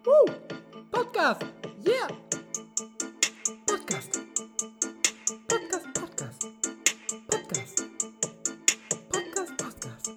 Woo! Podcast! Yeah! Podcast! Podcast, Podcast! Podcast! Podcast, Podcast!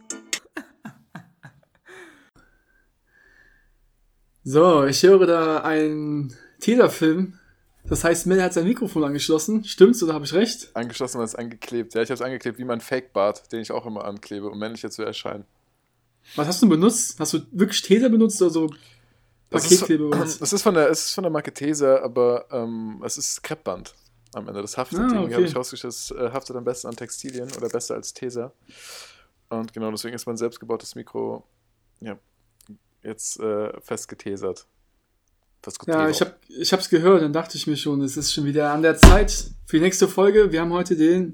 So, ich höre da einen Teaser-Film. Das heißt, Mel hat sein Mikrofon angeschlossen. Stimmt's oder habe ich recht? Angeschlossen, weil es angeklebt. Ja, ich habe es angeklebt wie mein Fake-Bart, den ich auch immer anklebe, um männlicher zu erscheinen. Was hast du benutzt? Hast du wirklich Teser benutzt oder so Paketkleber? Es ist von der Marke Teser, aber es ist Kreppband am Ende. Das haftet irgendwie, habe ich rausgestellt, das haftet am besten an Textilien oder besser als Teser. Und genau, deswegen ist mein selbstgebautes Mikro jetzt festgetesert. Ja, ich hab's gehört, dann dachte ich mir schon, es ist schon wieder an der Zeit für die nächste Folge. Wir haben heute den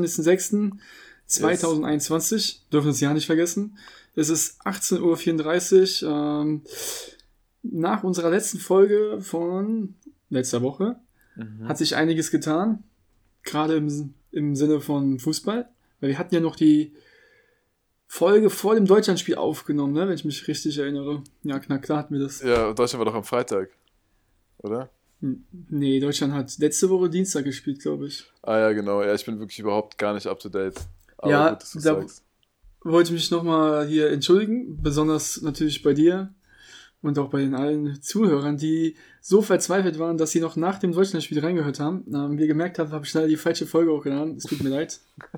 22.06.2021, yes. Dürfen das Jahr nicht vergessen. Es ist 18.34 Uhr. Nach unserer letzten Folge von letzter Woche hat sich einiges getan, gerade im Sinne von Fußball. Weil wir hatten ja noch die Folge vor dem Deutschlandspiel aufgenommen, ne? Wenn ich mich richtig erinnere. Ja, klar hatten wir das. Ja, Deutschland war doch am Freitag, oder? Nee, Deutschland hat letzte Woche Dienstag gespielt, glaube ich. Ah ja, genau. Ja, ich bin wirklich überhaupt gar nicht up to date. Aber ja, gut, dass du sagst. Wollte ich mich nochmal hier entschuldigen, besonders natürlich bei dir und auch bei den allen Zuhörern, die so verzweifelt waren, dass sie noch nach dem Deutschlandspiel reingehört haben. Wir gemerkt haben, habe ich leider die falsche Folge hochgeladen. Es tut mir leid.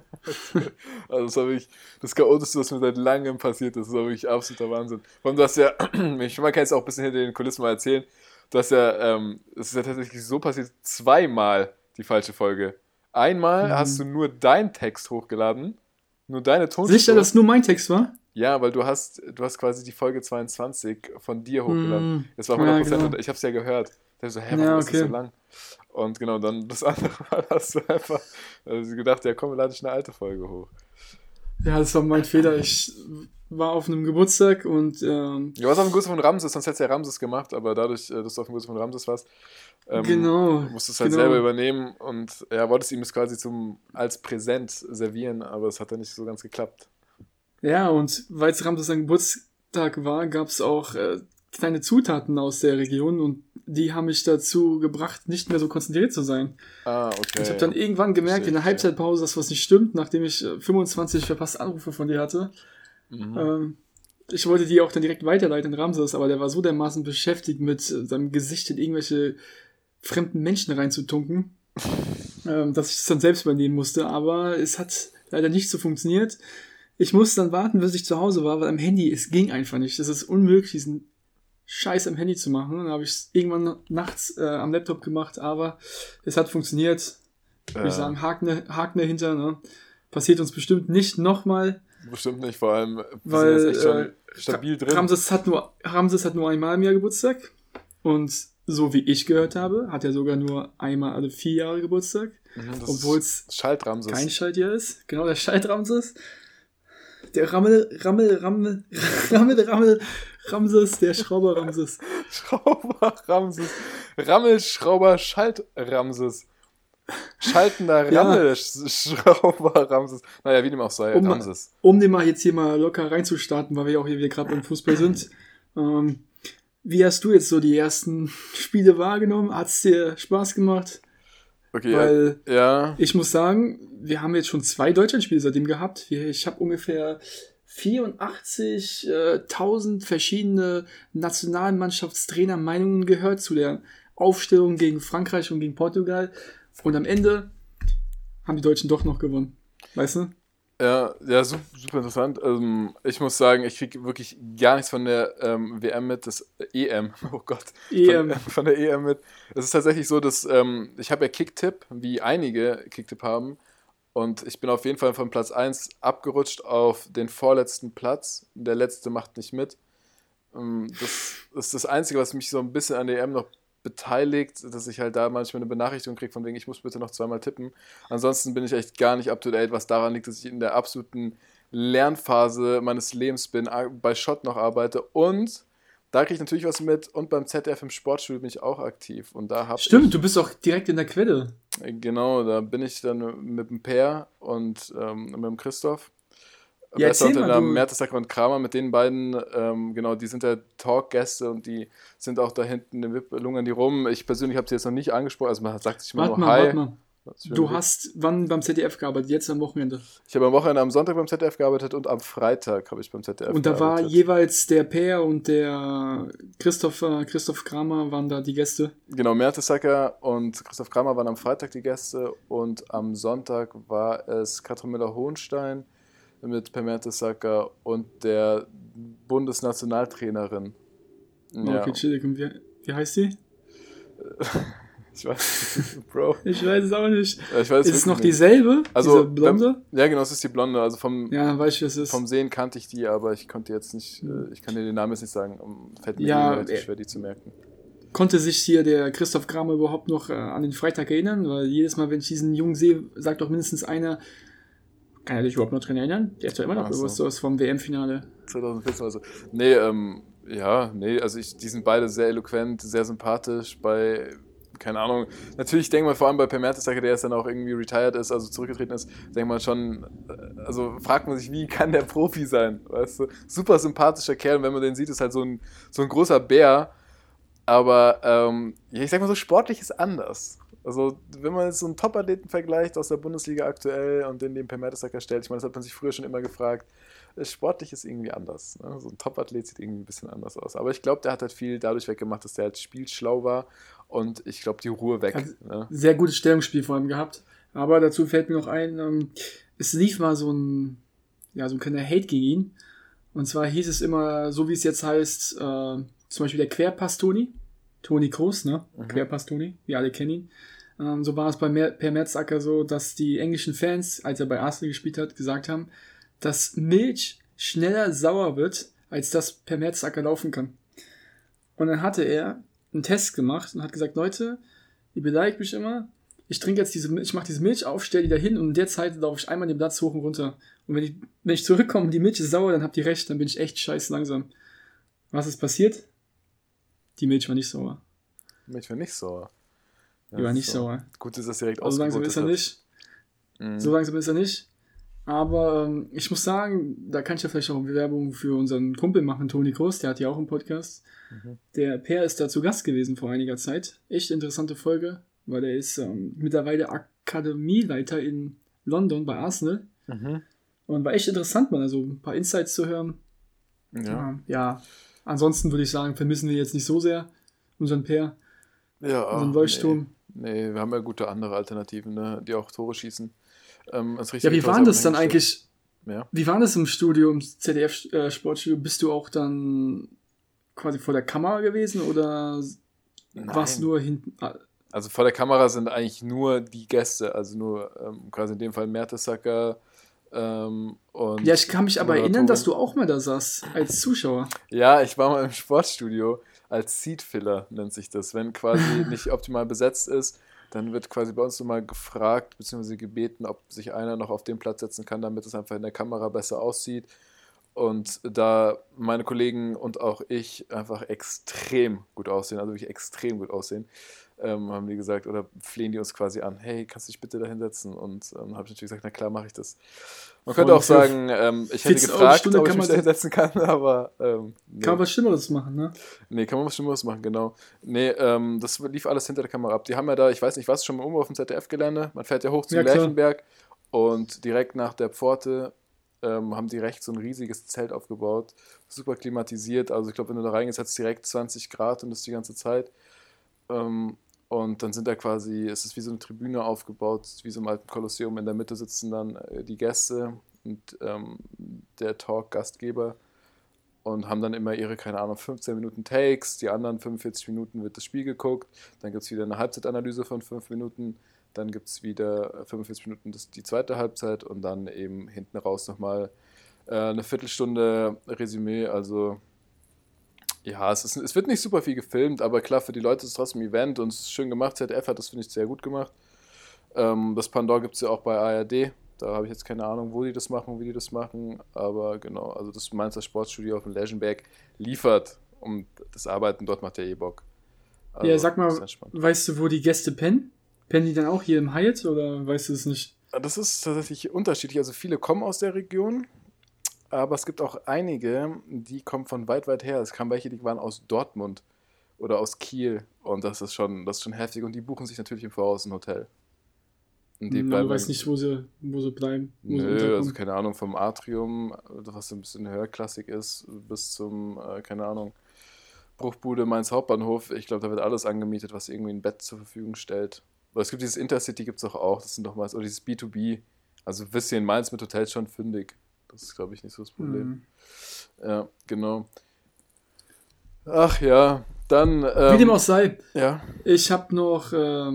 Also das war wirklich das Chaotischste, was mir seit langem passiert ist. Das war wirklich absoluter Wahnsinn. Vor allem, du hast ja, man kann jetzt auch ein bisschen hinter den Kulissen mal erzählen, du hast ja, es ist ja tatsächlich so passiert, zweimal die falsche Folge. Einmal hast du nur deinen Text hochgeladen, nur deine Tonspur. Sicher, dass nur mein Text war? Ja, weil du hast quasi die Folge 22 von dir hochgeladen. Das war 100%, genau. Und ich hab's ja gehört. Da so, warum ist das so lang? Und genau, dann das andere Mal hast du einfach gedacht, ja komm, lade ich eine alte Folge hoch. Ja, das war mein Fehler. Ich war auf einem Geburtstag und... Du warst auf dem Geburtstag von Ramses, sonst hättest du ja Ramses gemacht, aber dadurch, dass du auf dem Geburtstag von Ramses warst, musstest du es halt selber übernehmen und wolltest ihm das quasi als Präsent servieren, aber es hat dann nicht so ganz geklappt. Ja, und weil es Ramses sein Geburtstag war, gab es auch kleine Zutaten aus der Region und die haben mich dazu gebracht, nicht mehr so konzentriert zu sein. Ah, okay. Ich habe dann irgendwann gemerkt, in der Halbzeitpause, dass was nicht stimmt, nachdem ich 25 verpasste Anrufe von dir hatte. Ich wollte die auch dann direkt weiterleiten an Ramses, aber der war so dermaßen beschäftigt mit seinem Gesicht in irgendwelche fremden Menschen reinzutunken, dass ich es dann selbst übernehmen musste, aber es hat leider nicht so funktioniert. Ich musste dann warten, bis ich zu Hause war, weil am Handy, es ging einfach nicht. Es ist unmöglich, diesen Scheiß am Handy zu machen. Dann habe ich es irgendwann nachts am Laptop gemacht, aber es hat funktioniert. Würde ich sagen, Haken dahinter. Ne? Passiert uns bestimmt nicht nochmal. Bestimmt nicht, vor allem, weil sind jetzt echt schon stabil drin. Ramses hat nur einmal im Jahr Geburtstag. Und so wie ich gehört habe, hat er sogar nur einmal alle 4 Jahre Geburtstag. Obwohl es kein Schaltjahr ist. Genau, der Schaltramses. Der Ramses, der Schrauber-Ramses. Schrauber-Ramses. Rammelschrauber, Schalt-Ramses. Schaltender Rammelschrauber-Ramses. Naja, wie dem auch sei, Ramses. Um den mal jetzt hier mal locker reinzustarten, weil wir auch hier gerade beim Fußball sind. Wie hast du jetzt so die ersten Spiele wahrgenommen? Hat es dir Spaß gemacht? Okay, weil ich muss sagen, wir haben jetzt schon 2 Deutschlandspiele seitdem gehabt. Ich habe ungefähr 84.000 verschiedene Nationalmannschaftstrainer-Meinungen gehört zu der Aufstellung gegen Frankreich und gegen Portugal. Und am Ende haben die Deutschen doch noch gewonnen. Weißt du? Ja, super interessant. Ich muss sagen, ich kriege wirklich gar nichts von der WM mit, das EM, oh Gott, von der EM mit. Es ist tatsächlich so, dass ich habe ja Kicktipp, wie einige Kicktipp haben, und ich bin auf jeden Fall von Platz 1 abgerutscht auf den vorletzten Platz. Der letzte macht nicht mit. Das ist das Einzige, was mich so ein bisschen an der EM noch beteiligt, dass ich halt da manchmal eine Benachrichtigung kriege, von wegen, ich muss bitte noch 2-mal tippen. Ansonsten bin ich echt gar nicht up to date, was daran liegt, dass ich in der absoluten Lernphase meines Lebens bin, bei Schott noch arbeite und da kriege ich natürlich was mit und beim ZDF im Sportstudio bin ich auch aktiv. Und da Stimmt, du bist auch direkt in der Quelle. Genau, da bin ich dann mit dem Per und mit dem Christoph. Ja, erzähl mal, Mertesacker und Kramer, mit den beiden, genau, die sind ja Talkgäste und die sind auch da hinten in VIP, lungern die rum. Ich persönlich habe sie jetzt noch nicht angesprochen, also man sagt sich immer nur Hi. Warte mal. Du hast wann beim ZDF gearbeitet? Jetzt am Wochenende? Ich habe am Sonntag beim ZDF gearbeitet und am Freitag habe ich beim ZDF gearbeitet. Und da war jeweils der Per und der Christoph Kramer waren da die Gäste? Genau, Mertesacker und Christoph Kramer waren am Freitag die Gäste und am Sonntag war es Katrin Müller-Hohenstein mit Per Mertesacker und der Bundesnationaltrainerin. Ja. Okay, chillig. Und wie heißt sie? Ich weiß nicht, Bro. Ich weiß es auch nicht. Ich weiß ist es noch dieselbe? Also, diese Blonde? Ja, genau, es ist die Blonde. Also ja, weißt du, was es ist. Vom Sehen kannte ich die, aber ich konnte jetzt nicht, ich kann dir den Namen jetzt nicht sagen. Fällt mir relativ schwer, die zu merken. Konnte sich hier der Christoph Kramer überhaupt noch an den Freitag erinnern? Weil jedes Mal, wenn ich diesen Jungen sehe, sagt doch mindestens einer, kann er dich überhaupt noch dran erinnern? Der ist doch immer noch bewusst so vom WM-Finale. 2014 also. Nee, also die sind beide sehr eloquent, sehr sympathisch keine Ahnung, natürlich denkt man vor allem bei Per Mertesacker, der jetzt dann auch irgendwie retired ist, also zurückgetreten ist, denkt man schon, also fragt man sich, wie kann der Profi sein, weißt du? Super sympathischer Kerl, und wenn man den sieht, ist halt so ein großer Bär, aber ich sag mal so, sportlich ist anders. Also wenn man jetzt so einen Top-Athleten vergleicht aus der Bundesliga aktuell und den Per Mertesacker stellt, ich meine, das hat man sich früher schon immer gefragt, sportlich ist irgendwie anders. Ne? So ein Top-Athlet sieht irgendwie ein bisschen anders aus. Aber ich glaube, der hat halt viel dadurch weggemacht, dass der halt spielschlau war und ich glaube, die Ruhe weg. Ne? Sehr gutes Stellungsspiel vor allem gehabt. Aber dazu fällt mir noch ein, es lief mal so ein kleiner Hate gegen ihn. Und zwar hieß es immer, so wie es jetzt heißt, zum Beispiel der Querpass-Toni. Toni Kroos, ne? Querpass-Toni, wir alle kennen ihn. So war es bei Per Mertesacker so, dass die englischen Fans, als er bei Arsenal gespielt hat, gesagt haben, dass Milch schneller sauer wird, als dass Per Mertesacker laufen kann. Und dann hatte er einen Test gemacht und hat gesagt, Leute, ihr beleidigt mich immer, ich trinke jetzt ich mache diese Milch auf, stelle die da hin und in der Zeit laufe ich einmal den Platz hoch und runter. Und wenn ich zurückkomme und die Milch ist sauer, dann habt ihr recht, dann bin ich echt scheiß langsam. Was ist passiert? Die Milch war nicht sauer. Die Milch war nicht sauer? Ja, die war nicht sauer. Gut, dass das direkt so langsam ist er nicht. So langsam ist er nicht. Aber ich muss sagen, da kann ich ja vielleicht auch Werbung für unseren Kumpel machen, Toni Kroos, der hat ja auch einen Podcast. Der Per ist da zu Gast gewesen vor einiger Zeit. Echt interessante Folge, weil er ist mittlerweile Akademieleiter in London bei Arsenal. Und war echt interessant, mal also ein paar Insights zu hören. Ja. Ansonsten würde ich sagen, vermissen wir jetzt nicht so sehr unseren Per, unseren Leuchtturm. Nee, wir haben ja gute andere Alternativen, ne, die auch Tore schießen. Wie war das dann eigentlich? Ja. Wie war das im Studio, im ZDF-Sportstudio? Bist du auch dann quasi vor der Kamera gewesen oder warst du nur hinten? Also vor der Kamera sind eigentlich nur die Gäste, also nur quasi in dem Fall Mertesacker und... Ja, ich kann mich aber erinnern, dass du auch mal da saßt, als Zuschauer. Ja, ich war mal im Sportstudio als Seatfiller, nennt sich das, wenn quasi nicht optimal besetzt ist. Dann wird quasi bei uns nochmal gefragt bzw. gebeten, ob sich einer noch auf den Platz setzen kann, damit es einfach in der Kamera besser aussieht. Und da meine Kollegen und auch ich einfach extrem gut aussehen, also wirklich extrem gut aussehen, haben die gesagt, oder flehen die uns quasi an, hey, kannst du dich bitte da hinsetzen? Und habe ich natürlich gesagt, na klar, mache ich das. Man könnte auch sagen, ich hätte gefragt, ob ich mich da hinsetzen kann, aber nee. Kann man was Schlimmeres machen, ne? Nee, kann man was Schlimmeres machen, genau. Nee, das lief alles hinter der Kamera ab. Die haben ja da, ich weiß nicht, was schon mal auf dem ZDF-Gelände, man fährt ja hoch zum Lerchenberg und direkt nach der Pforte haben die rechts so ein riesiges Zelt aufgebaut, super klimatisiert, also ich glaube, wenn du da reingehst, hat es direkt 20 Grad und das die ganze Zeit. Und dann sind da quasi, es ist wie so eine Tribüne aufgebaut, wie so im alten Kolosseum. In der Mitte sitzen dann die Gäste und der Talk-Gastgeber und haben dann immer ihre, keine Ahnung, 15 Minuten Takes. Die anderen 45 Minuten wird das Spiel geguckt. Dann gibt es wieder eine Halbzeitanalyse von 5 Minuten. Dann gibt es wieder 45 Minuten die zweite Halbzeit und dann eben hinten raus nochmal eine Viertelstunde Resümee. Also ja, es wird nicht super viel gefilmt, aber klar, für die Leute ist es trotzdem ein Event und es ist schön gemacht. ZDF hat das, finde ich, sehr gut gemacht. Das Pendant gibt es ja auch bei ARD. Da habe ich jetzt keine Ahnung, wo die das machen, wie die das machen. Aber genau, also das Mainzer Sportstudio auf dem Lerchenberg liefert. Und das Arbeiten dort macht ja eh Bock. Also, ja, sag mal, weißt du, wo die Gäste pennen? Pennen die dann auch hier im Hyatt oder weißt du es nicht? Das ist tatsächlich unterschiedlich. Also viele kommen aus der Region. Aber es gibt auch einige, die kommen von weit, weit her. Es kamen welche, die waren aus Dortmund oder aus Kiel. Und das ist schon heftig. Und die buchen sich natürlich im Voraus ein Hotel. Und die Du weißt nicht, wo sie bleiben. Nö, also keine Ahnung, vom Atrium, was ein bisschen höherklassig ist, bis zum, keine Ahnung, Bruchbude Mainz Hauptbahnhof. Ich glaube, da wird alles angemietet, was irgendwie ein Bett zur Verfügung stellt. Aber es gibt dieses Intercity, gibt es auch. Das sind doch meist, oder dieses B2B. Also wisst ihr in Mainz mit Hotels schon fündig. Das ist, glaube ich, nicht so das Problem. Ja, genau. Ach ja, dann... Wie dem auch sei. Ja. Ich habe noch...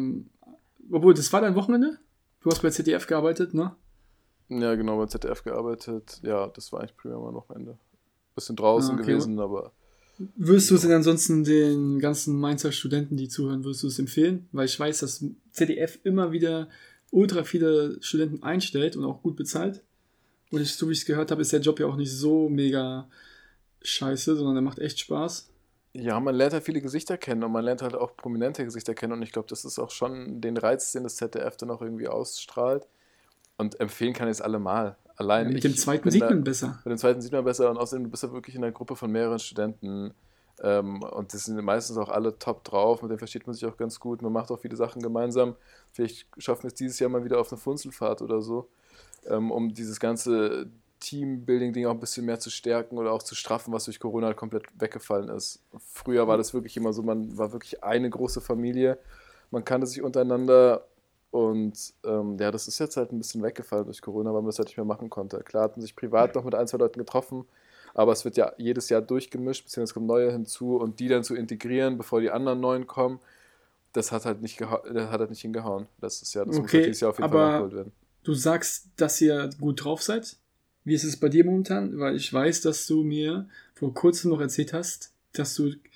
obwohl, das war dein Wochenende? Du hast bei ZDF gearbeitet, ne? Ja, genau, bei ZDF gearbeitet. Ja, das war eigentlich primär mein Wochenende. Bisschen draußen gewesen, aber... Würdest du es denn ansonsten den ganzen Mainzer Studenten, die zuhören, würdest du es empfehlen? Weil ich weiß, dass ZDF immer wieder ultra viele Studenten einstellt und auch gut bezahlt. Und so wie ich es gehört habe, ist der Job ja auch nicht so mega scheiße, sondern der macht echt Spaß. Ja, man lernt halt viele Gesichter kennen und man lernt halt auch prominente Gesichter kennen und ich glaube, das ist auch schon den Reiz, den das ZDF dann auch irgendwie ausstrahlt und empfehlen kann ich es allemal. Allein mit dem zweiten sieht man besser. Mit dem zweiten sieht man besser und außerdem bist du wirklich in einer Gruppe von mehreren Studenten und das sind meistens auch alle top drauf, mit denen versteht man sich auch ganz gut, man macht auch viele Sachen gemeinsam. Vielleicht schaffen wir es dieses Jahr mal wieder auf eine Funzelfahrt oder so, um dieses ganze Teambuilding-Ding auch ein bisschen mehr zu stärken oder auch zu straffen, was durch Corona halt komplett weggefallen ist. Früher war das wirklich immer so, man war wirklich eine große Familie, man kannte sich untereinander und ja, das ist jetzt halt ein bisschen weggefallen durch Corona, weil man das halt nicht mehr machen konnte. Klar hat man sich privat noch mit ein, zwei Leuten getroffen, aber es wird ja jedes Jahr durchgemischt, beziehungsweise es kommen neue hinzu und die dann zu integrieren, bevor die anderen neuen kommen, das hat halt nicht hingehauen. Das ist ja, das muss halt dieses Jahr auf jeden Fall nachgeholt werden. Du sagst, dass ihr gut drauf seid. Wie ist es bei dir momentan? Weil ich weiß, dass du mir vor kurzem noch erzählt hast, dass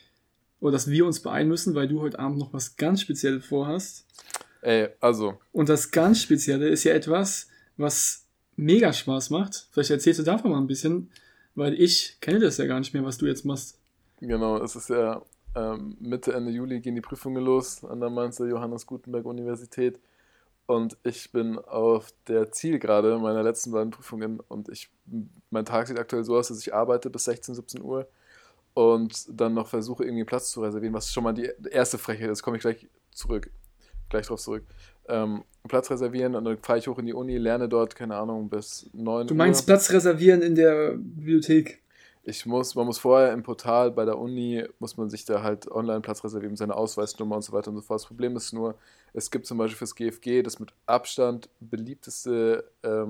wir uns beeilen müssen, weil du heute Abend noch was ganz Spezielles vorhast. Also. Und das ganz Spezielle ist ja etwas, was mega Spaß macht. Vielleicht erzählst du davon mal ein bisschen, weil ich kenne das ja gar nicht mehr, was du jetzt machst. Genau, es ist ja Mitte, Ende Juli gehen die Prüfungen los an der Mainzer Johannes Gutenberg Universität. Und ich bin auf der Zielgerade meiner letzten beiden Prüfungen und mein Tag sieht aktuell so aus, dass ich arbeite bis 16, 17 Uhr und dann noch versuche, irgendwie Platz zu reservieren, was schon mal die erste Frechheit ist, komme ich gleich drauf zurück. Platz reservieren und dann fahre ich hoch in die Uni, lerne dort, keine Ahnung, bis 9 Uhr. Du meinst Platz reservieren in der Bibliothek? Man muss vorher im Portal bei der Uni, muss man sich da halt online Platz reservieren, seine Ausweisnummer und so weiter und so fort. Das Problem ist nur, es gibt zum Beispiel fürs GFG das mit Abstand beliebteste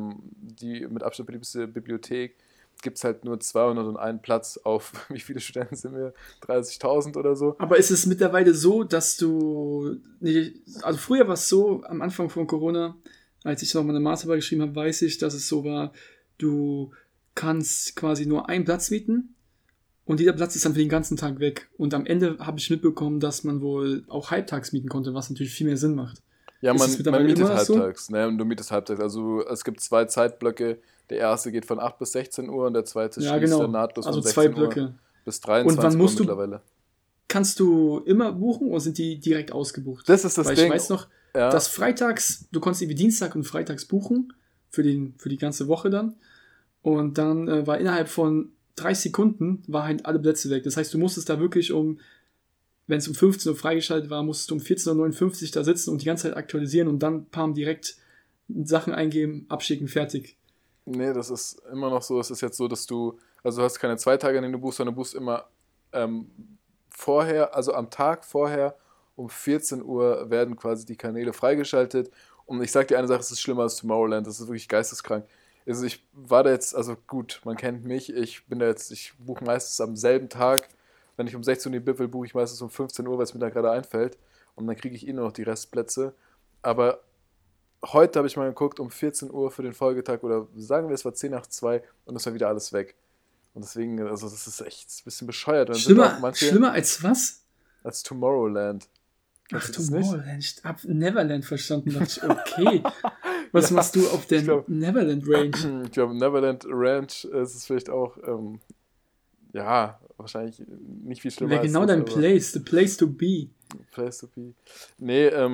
Bibliothek, gibt es halt nur 201 Platz auf, wie viele Studenten sind wir? 30.000 oder so. Aber ist es mittlerweile so, dass also früher war es so, am Anfang von Corona, als ich noch meine Masterarbeit geschrieben habe, weiß ich, dass es so war, du kannst quasi nur einen Platz mieten und dieser Platz ist dann für den ganzen Tag weg. Und am Ende habe ich mitbekommen, dass man wohl auch halbtags mieten konnte, was natürlich viel mehr Sinn macht. Ja, man mietet halbtags. So? Ne, du mietest halbtags. Also es gibt 2 Zeitblöcke. Der erste geht von 8 bis 16 Uhr und der zweite schließt dann nahtlos von 16 Uhr bis 23 Uhr mittlerweile. Kannst du immer buchen oder sind die direkt ausgebucht? Das ist das Ding. Ich weiß noch, dass freitags, du konntest irgendwie Dienstag und freitags buchen für die ganze Woche dann. Und dann war innerhalb von 30 Sekunden war halt alle Plätze weg. Das heißt, du musstest da wirklich wenn es um 15 Uhr freigeschaltet war, musstest du um 14.59 Uhr da sitzen und die ganze Zeit aktualisieren und dann direkt Sachen eingeben, abschicken, fertig. Nee, das ist immer noch so. Es ist jetzt so, dass du hast keine 2 Tage, an denen du buchst, sondern du buchst immer vorher, also am Tag vorher um 14 Uhr werden quasi die Kanäle freigeschaltet. Und ich sag dir eine Sache, es ist schlimmer als Tomorrowland, das ist wirklich geisteskrank. Also ich war da jetzt, also gut, man kennt mich, ich buche meistens am selben Tag, wenn ich um 16 Uhr die Bib will, buche ich meistens um 15 Uhr, weil es mir da gerade einfällt und dann kriege ich nur noch die Restplätze, aber heute habe ich mal geguckt, um 14 Uhr für den Folgetag oder sagen wir, es war 10 nach 2 und es war wieder alles weg und deswegen, also das ist echt ein bisschen bescheuert. Schlimmer als was? Als Tomorrowland. Ach, Tomorrowland, ich habe Neverland verstanden, dachte ich, okay. Was machst du auf der Neverland Ranch? Ich glaube, Neverland Ranch ist es vielleicht auch, wahrscheinlich nicht viel schlimmer. Wäre genau dein Place, the place to be. Place to be. Nee,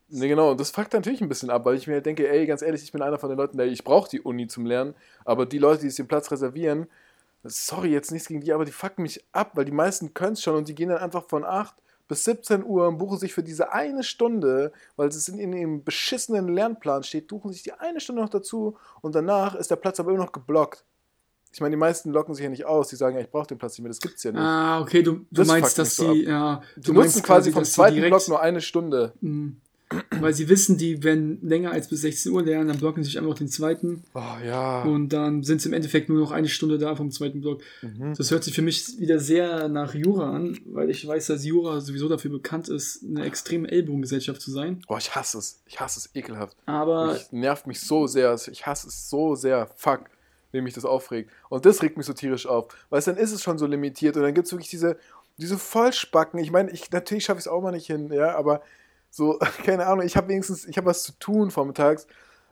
Ne, genau, und das fuckt natürlich ein bisschen ab, weil ich mir halt denke, ey, ganz ehrlich, ich bin einer von den Leuten, ich brauche die Uni zum Lernen, aber die Leute, die sich den Platz reservieren, sorry, jetzt nichts gegen die, aber die fucken mich ab, weil die meisten können es schon und die gehen dann einfach von 8 bis 17 Uhr und buchen sich für diese eine Stunde, weil es in ihrem beschissenen Lernplan steht, buchen sich die eine Stunde noch dazu und danach ist der Platz aber immer noch geblockt. Ich meine, die meisten locken sich ja nicht aus, die sagen, ja, ich brauche den Platz nicht mehr, das gibt's ja nicht. Ah, okay, du meinst, dass die, ja... Du nutzen quasi vom zweiten Block nur eine Stunde. Weil sie wissen, die werden länger als bis 16 Uhr lernen, dann blocken sie sich einfach den zweiten. Oh, ja. Und dann sind es im Endeffekt nur noch eine Stunde da vom zweiten Block. Das hört sich für mich wieder sehr nach Jura an, weil ich weiß, dass Jura sowieso dafür bekannt ist, eine extreme Ellbogengesellschaft zu sein. Oh, ich hasse es. Ich hasse es ekelhaft. Aber... Es nervt mich so sehr. Ich hasse es so sehr. Fuck. Wie mich das aufregt. Und das regt mich so tierisch auf. Weil dann ist es schon so limitiert und dann gibt es wirklich diese Vollspacken. Ich meine, natürlich schaffe ich es auch mal nicht hin, ja, aber so, keine Ahnung, ich habe was zu tun vormittags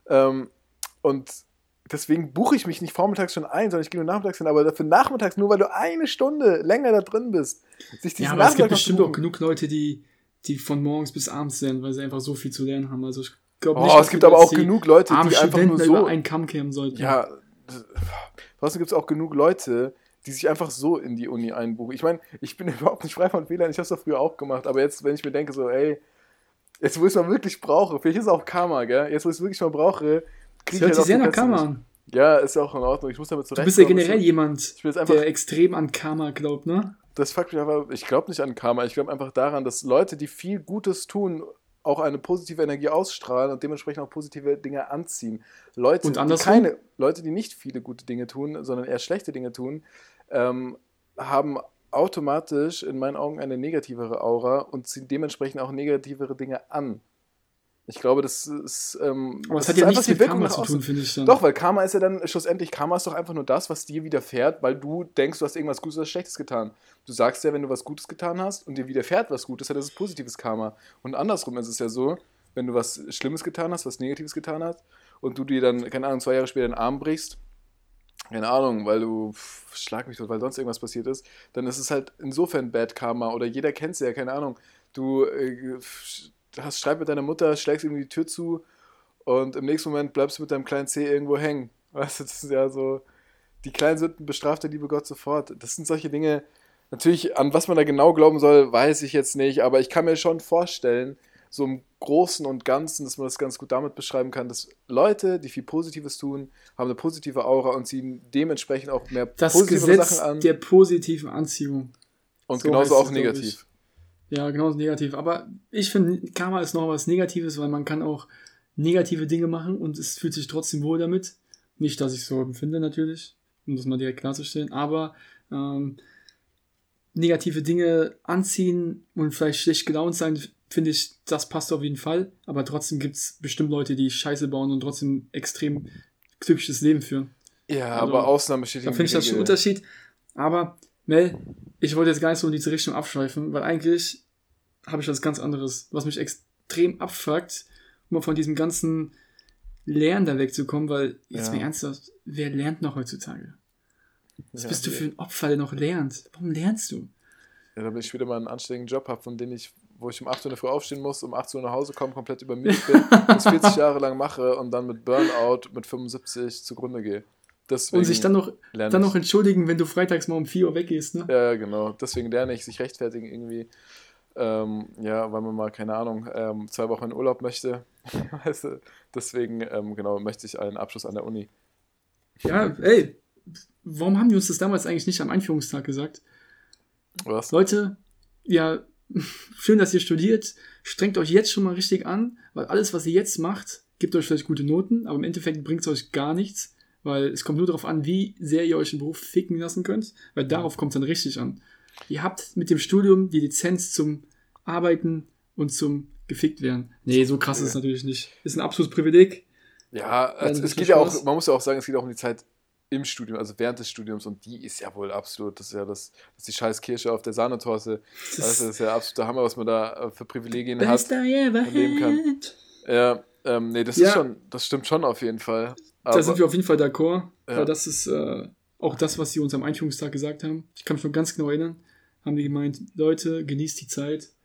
und deswegen buche ich mich nicht vormittags schon ein, sondern ich gehe nur nachmittags hin, aber dafür nachmittags, nur weil du eine Stunde länger da drin bist. Ja, aber es gibt bestimmt auch genug Leute, die von morgens bis abends lernen, weil sie einfach so viel zu lernen haben. Also ich glaube nicht, es gibt aber auch genug Leute, die einfach nur so über einen Kamm kämen sollten. Ja, trotzdem gibt es auch genug Leute, die sich einfach so in die Uni einbuchen. Ich meine, ich bin überhaupt nicht frei von Fehlern, ich habe es doch früher auch gemacht, aber jetzt, wenn ich mir denke, so, ey, jetzt, wo ich es mal wirklich brauche, vielleicht ist es auch Karma, gell? Jetzt, wo ich es wirklich mal brauche, kriege ich hört sich sehr nach Karma an. Ja, ist auch in Ordnung, ich muss damit zurechtkommen. Du bist ja generell jemand, der extrem an Karma glaubt, ne? Das fuckt mich aber, ich glaube nicht an Karma, ich glaube einfach daran, dass Leute, die viel Gutes tun, auch eine positive Energie ausstrahlen und dementsprechend auch positive Dinge anziehen. Leute, die nicht viele gute Dinge tun, sondern eher schlechte Dinge tun, haben automatisch in meinen Augen eine negativere Aura und ziehen dementsprechend auch negativere Dinge an. Ich glaube, das ist... aber es hat ja nichts mit Karma zu tun, finde ich dann. Doch, weil Karma ist ja dann schlussendlich, Karma ist doch einfach nur das, was dir widerfährt, weil du denkst, du hast irgendwas Gutes oder Schlechtes getan. Du sagst ja, wenn du was Gutes getan hast und dir widerfährt was Gutes, dann ist es positives Karma. Und andersrum ist es ja so, wenn du was Schlimmes getan hast, was Negatives getan hast und du dir dann, keine Ahnung, 2 Jahre später den Arm brichst, keine Ahnung, weil du, schlag mich tot, weil sonst irgendwas passiert ist, dann ist es halt insofern Bad Karma oder jeder kennt es ja, keine Ahnung, du hast Streit mit deiner Mutter, schlägst irgendwie die Tür zu und im nächsten Moment bleibst du mit deinem kleinen Zeh irgendwo hängen. Weißt du, das ist ja so, die kleinen Sünden bestraft der liebe Gott sofort. Das sind solche Dinge, natürlich, an was man da genau glauben soll, weiß ich jetzt nicht, aber ich kann mir schon vorstellen, so im Großen und Ganzen, dass man das ganz gut damit beschreiben kann, dass Leute, die viel Positives tun, haben eine positive Aura und ziehen dementsprechend auch mehr positive Gesetz Sachen an. Der positiven Anziehung. Und so genauso auch negativ. Ja, genauso negativ. Aber ich finde, Karma ist noch was Negatives, weil man kann auch negative Dinge machen und es fühlt sich trotzdem wohl damit. Nicht, dass ich so empfinde natürlich, um das mal direkt klarzustellen, aber negative Dinge anziehen und vielleicht schlecht gelaunt sein, finde ich, das passt auf jeden Fall. Aber trotzdem gibt es bestimmt Leute, die Scheiße bauen und trotzdem extrem glückliches Leben führen. Ja, also, aber Ausnahme steht da finde ich das schon ein Unterschied. Aber, Mel, ich wollte jetzt gar nicht so in diese Richtung abschweifen, weil eigentlich habe ich was ganz anderes, was mich extrem abfuckt, um mal von diesem ganzen Lernen da wegzukommen, weil, jetzt mal ernsthaft, wer lernt noch heutzutage? Was bist du für ein Opfer, der noch lernt? Warum lernst du? Ja, damit ich wieder mal einen anständigen Job habe, wo ich um 8 Uhr früh aufstehen muss, um 18 Uhr nach Hause komme, komplett übermüdet bin, das 40 Jahre lang mache und dann mit Burnout mit 75 zugrunde gehe. Deswegen und sich dann noch entschuldigen, wenn du freitags mal um 4 Uhr weggehst, ne? Ja, genau. Deswegen lerne ich, sich rechtfertigen irgendwie. Weil man mal, keine Ahnung, 2 Wochen in Urlaub möchte. Weißt du? Deswegen, möchte ich einen Abschluss an der Uni. Ja, ey, warum haben die uns das damals eigentlich nicht am Einführungstag gesagt? Was? Leute, ja, schön, dass ihr studiert. Strengt euch jetzt schon mal richtig an, weil alles, was ihr jetzt macht, gibt euch vielleicht gute Noten, aber im Endeffekt bringt es euch gar nichts, weil es kommt nur darauf an, wie sehr ihr euch im Beruf ficken lassen könnt, weil darauf kommt es dann richtig an. Ihr habt mit dem Studium die Lizenz zum Arbeiten und zum gefickt werden. Nee, so krass ist es natürlich nicht. Ist ein absolutes Privileg. Ja, also es geht ja auch, man muss ja auch sagen, es geht auch um die Zeit im Studium, also während des Studiums, und die ist ja wohl absolut, das ist die scheiß Kirsche auf der Sahnetorte. Das ist ja absolut der Hammer, was man da für Privilegien hat und leben kann. Ja, nee, das stimmt schon auf jeden Fall. Da sind wir auf jeden Fall d'accord, weil das ist auch das, was sie uns am Einführungstag gesagt haben. Ich kann mich noch ganz genau erinnern, haben die gemeint, Leute, genießt die Zeit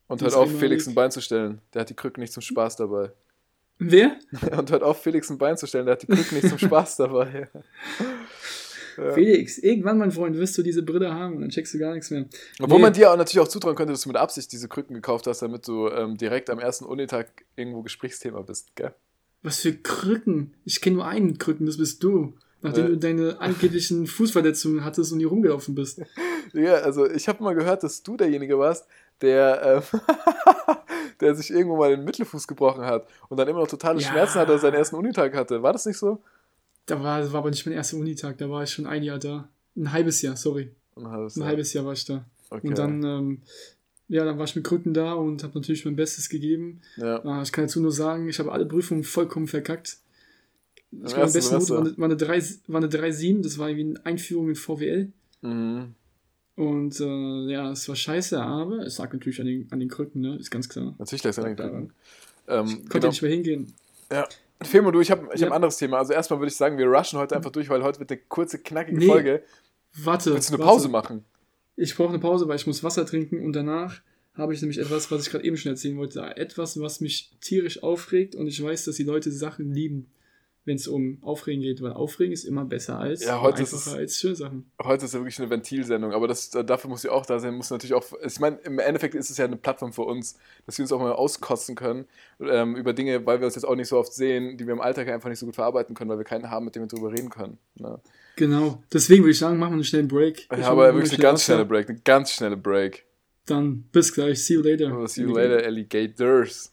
Und hört auf, Felix ein Bein zu stellen. Der hat die Krücken nicht zum Spaß dabei. Wer? Und hört auf, Felix ein Bein zu stellen. Der hat die Krücken nicht zum Spaß dabei. Ja. Felix, irgendwann, mein Freund, wirst du diese Brille haben und dann checkst du gar nichts mehr. Obwohl man dir auch natürlich auch zutrauen könnte, dass du mit Absicht diese Krücken gekauft hast, damit du direkt am ersten Unitag irgendwo Gesprächsthema bist, gell? Was für Krücken? Ich kenne nur einen Krücken, das bist du. Nachdem du deine angeblichen Fußverletzungen hattest und hier rumgelaufen bist. Ja, also ich habe mal gehört, dass du derjenige warst, der sich irgendwo mal den Mittelfuß gebrochen hat und dann immer noch totale Schmerzen hatte, als er seinen ersten Unitag hatte. War das nicht so? Das war aber nicht mein erster Unitag, da war ich schon ein Jahr da. Ein halbes Jahr, sorry. Ein halbes Jahr war ich da. Okay. Und dann, dann war ich mit Krücken da und habe natürlich mein Bestes gegeben. Ja. Ich kann dazu nur sagen, ich habe alle Prüfungen vollkommen verkackt. Ich glaube, am besten Note war eine 3,7, das war irgendwie eine Einführung in VWL. Mhm. Und es war scheiße, aber es lag natürlich an den Krücken, ne? Ist ganz klar. Natürlich lag es an den Krücken. Ich konnte nicht mehr hingehen. Ja. Femo, du, ich hab ein anderes Thema. Also erstmal würde ich sagen, wir rushen heute einfach durch, weil heute wird eine kurze, knackige Folge. Warte. Willst du eine Pause machen? Ich brauche eine Pause, weil ich muss Wasser trinken und danach habe ich nämlich etwas, was ich gerade eben schon erzählen wollte. Etwas, was mich tierisch aufregt und ich weiß, dass die Leute Sachen lieben, wenn es um Aufregen geht, weil Aufregen ist immer besser als einfacher als schöne Sachen. Heute ist ja wirklich eine Ventilsendung, aber dafür muss sie auch da sein, muss natürlich auch, ich meine, im Endeffekt ist es ja eine Plattform für uns, dass wir uns auch mal auskotzen können über Dinge, weil wir uns jetzt auch nicht so oft sehen, die wir im Alltag einfach nicht so gut verarbeiten können, weil wir keinen haben, mit dem wir drüber reden können. Ne? Genau, deswegen würde ich sagen, machen wir einen schnellen Break. Ja, aber wirklich eine ganz schnelle Break. Dann bis gleich, see you later. See you later, Alligators.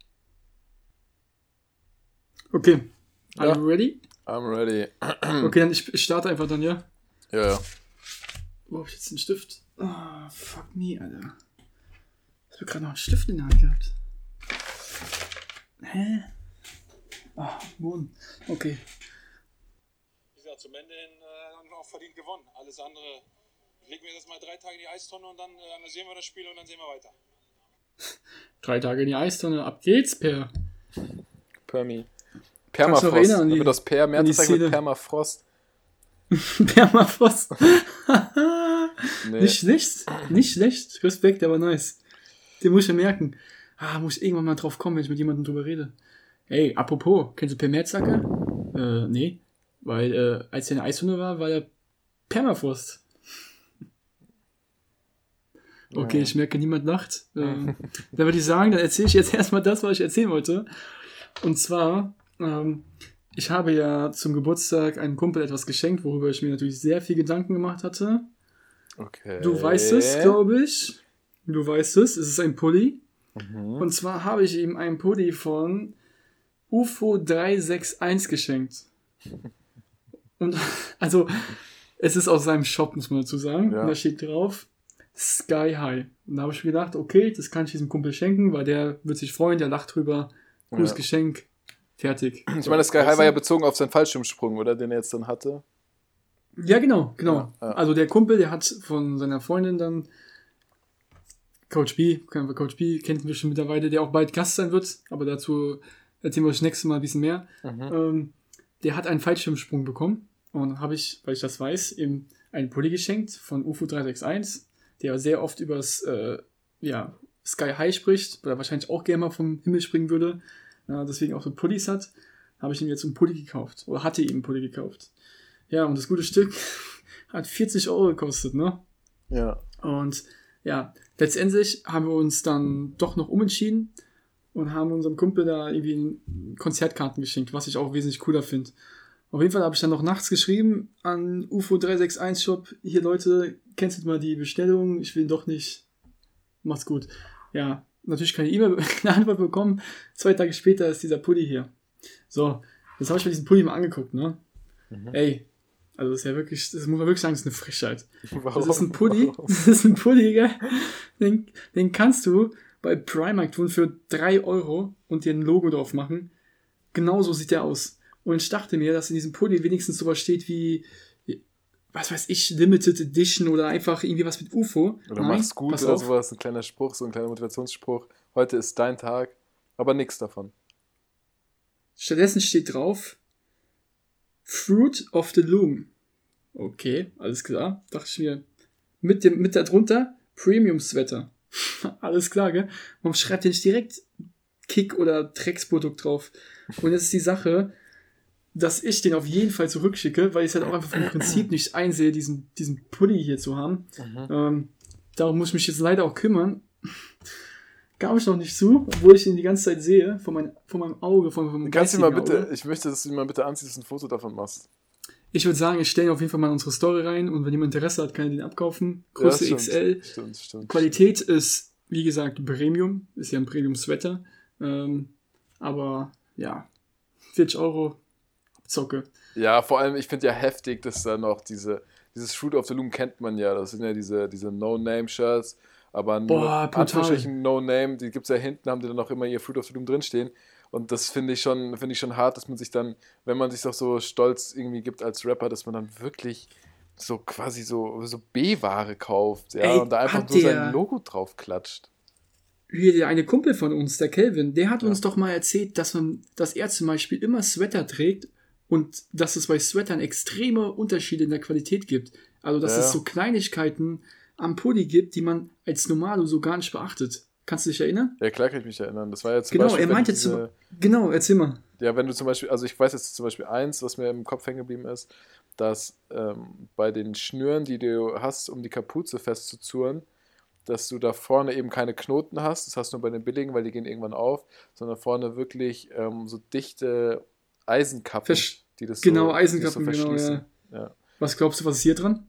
Okay. Are you ready? I'm ready. Okay, dann ich starte einfach dann, ja? Ja. Wo hab ich jetzt den Stift? Oh, fuck me, Alter. Ich habe gerade noch einen Stift in der Hand gehabt. Hä? Boden. Okay. Wie gesagt, zum Ende hin haben wir auch verdient gewonnen. Alles andere legen wir jetzt mal 3 Tage in die Eistonne und dann analysieren wir das Spiel und dann sehen wir weiter. 3 Tage in die Eistonne, ab geht's, Per. Permi. Permafrost. Da wird aus Per mehr zu sagen mit Permafrost. Permafrost. Nee. Nicht schlecht. Respekt, aber nice. Den muss ich ja merken. Muss ich irgendwann mal drauf kommen, wenn ich mit jemandem drüber rede. Ey, apropos, kennst du Per Merzacker? Nee. Weil, als er in der Eistonne war er Permafrost. Okay, ich merke, niemand lacht. Dann würde ich sagen, dann erzähle ich jetzt erstmal das, was ich erzählen wollte. Und zwar, ich habe ja zum Geburtstag einem Kumpel etwas geschenkt, worüber ich mir natürlich sehr viel Gedanken gemacht hatte. Okay. Du weißt es, glaube ich. Du weißt es. Es ist ein Pulli. Mhm. Und zwar habe ich ihm einen Pulli von UFO 361 geschenkt. Und also, es ist aus seinem Shop, muss man dazu sagen. Ja. Und da steht drauf Sky High. Und da habe ich mir gedacht, okay, das kann ich diesem Kumpel schenken, weil der wird sich freuen, der lacht drüber. Cooles Geschenk. Fertig. Ich meine, das Sky High war ja bezogen auf seinen Fallschirmsprung, oder? Den er jetzt dann hatte. Ja, genau. Ja. Also der Kumpel, der hat von seiner Freundin dann Coach B, kennt wir schon mittlerweile, der auch bald Gast sein wird, aber dazu erzählen wir euch nächstes Mal ein bisschen mehr. Mhm. Der hat einen Fallschirmsprung bekommen und habe ich, weil ich das weiß, ihm einen Pulli geschenkt von UFO 361, der sehr oft übers Sky High spricht, weil er wahrscheinlich auch gerne mal vom Himmel springen würde, deswegen auch so Pullis hat, habe ich ihm jetzt einen Pulli gekauft, oder hatte ihm einen Pulli gekauft. Ja, und das gute Stück hat 40 € gekostet, ne? Ja. Und ja, letztendlich haben wir uns dann doch noch umentschieden und haben unserem Kumpel da irgendwie Konzertkarten geschenkt, was ich auch wesentlich cooler finde. Auf jeden Fall habe ich dann noch nachts geschrieben an UFO 361 Shop, hier Leute, cancelt mal die Bestellung, ich will doch nicht, macht's gut. Ja, natürlich keine E-Mail, eine Antwort bekommen, 2 Tage später ist dieser Pulli hier. So, jetzt habe ich mir diesen Pulli mal angeguckt, ne? Mhm. Ey, also das ist ja wirklich, das muss man wirklich sagen, das ist eine Frechheit. Warum? Das ist ein Pulli, gell? Den kannst du bei Primark tun für 3 € und dir ein Logo drauf machen. Genauso sieht der aus. Und ich dachte mir, dass in diesem Pulli wenigstens sowas steht wie, was weiß ich, Limited Edition oder einfach irgendwie was mit UFO. Oder mach's gut oder sowas, ein kleiner Spruch, so ein kleiner Motivationsspruch. Heute ist dein Tag, aber nichts davon. Stattdessen steht drauf, Fruit of the Loom. Okay, alles klar. Dachte ich mir. Mit darunter Premium Sweater. Alles klar, gell? Man schreibt ja nicht direkt Kick- oder Drecksprodukt drauf. Und jetzt ist die Sache, dass ich den auf jeden Fall zurückschicke, weil ich es halt auch einfach vom Prinzip nicht einsehe, diesen Pulli hier zu haben. Darum muss ich mich jetzt leider auch kümmern. Gab ich noch nicht zu, obwohl ich ihn die ganze Zeit sehe, von meinem Auge, von meinem geistigen Auge. Auge. Ich möchte, dass du ihn mal bitte anziehst und ein Foto davon machst. Ich würde sagen, ich stelle auf jeden Fall mal in unsere Story rein und wenn jemand Interesse hat, kann er den abkaufen. Größe ja, XL. Stimmt. Qualität ist, wie gesagt, Premium. Ist ja ein Premium-Sweater. Aber ja, 40 € Zocke. Ja, vor allem, ich finde ja heftig, dass da noch dieses Fruit of the Loom kennt man ja. Das sind ja diese No-Name-Shirts. Aber nur Anführungsstrichen No-Name, die gibt es ja hinten, haben die dann auch immer ihr Fruit of the Loom drinstehen. Und das finde ich schon hart, dass man sich dann, wenn man sich doch so stolz irgendwie gibt als Rapper, dass man dann wirklich so quasi so B-Ware kauft, ja, und da einfach nur sein Logo drauf klatscht. Hier, der eine Kumpel von uns, der Kelvin, der hat uns doch mal erzählt, dass er zum Beispiel immer Sweater trägt und dass es bei Sweatern extreme Unterschiede in der Qualität gibt. Also, dass es so Kleinigkeiten am Pulli gibt, die man als Normalo so gar nicht beachtet. Kannst du dich erinnern? Ja, klar kann ich mich erinnern. Das war ja zum Beispiel... Genau, er meinte genau, erzähl mal. Ja, wenn du zum Beispiel... Also ich weiß jetzt zum Beispiel eins, was mir im Kopf hängen geblieben ist, dass bei den Schnüren, die du hast, um die Kapuze festzuzurren, dass du da vorne eben keine Knoten hast. Das hast du nur bei den billigen, weil die gehen irgendwann auf, sondern vorne wirklich so dichte Eisenkappen, die das genau, so, Eisenkappen, die so verschließen. Genau, ja. Was glaubst du, was ist hier dran?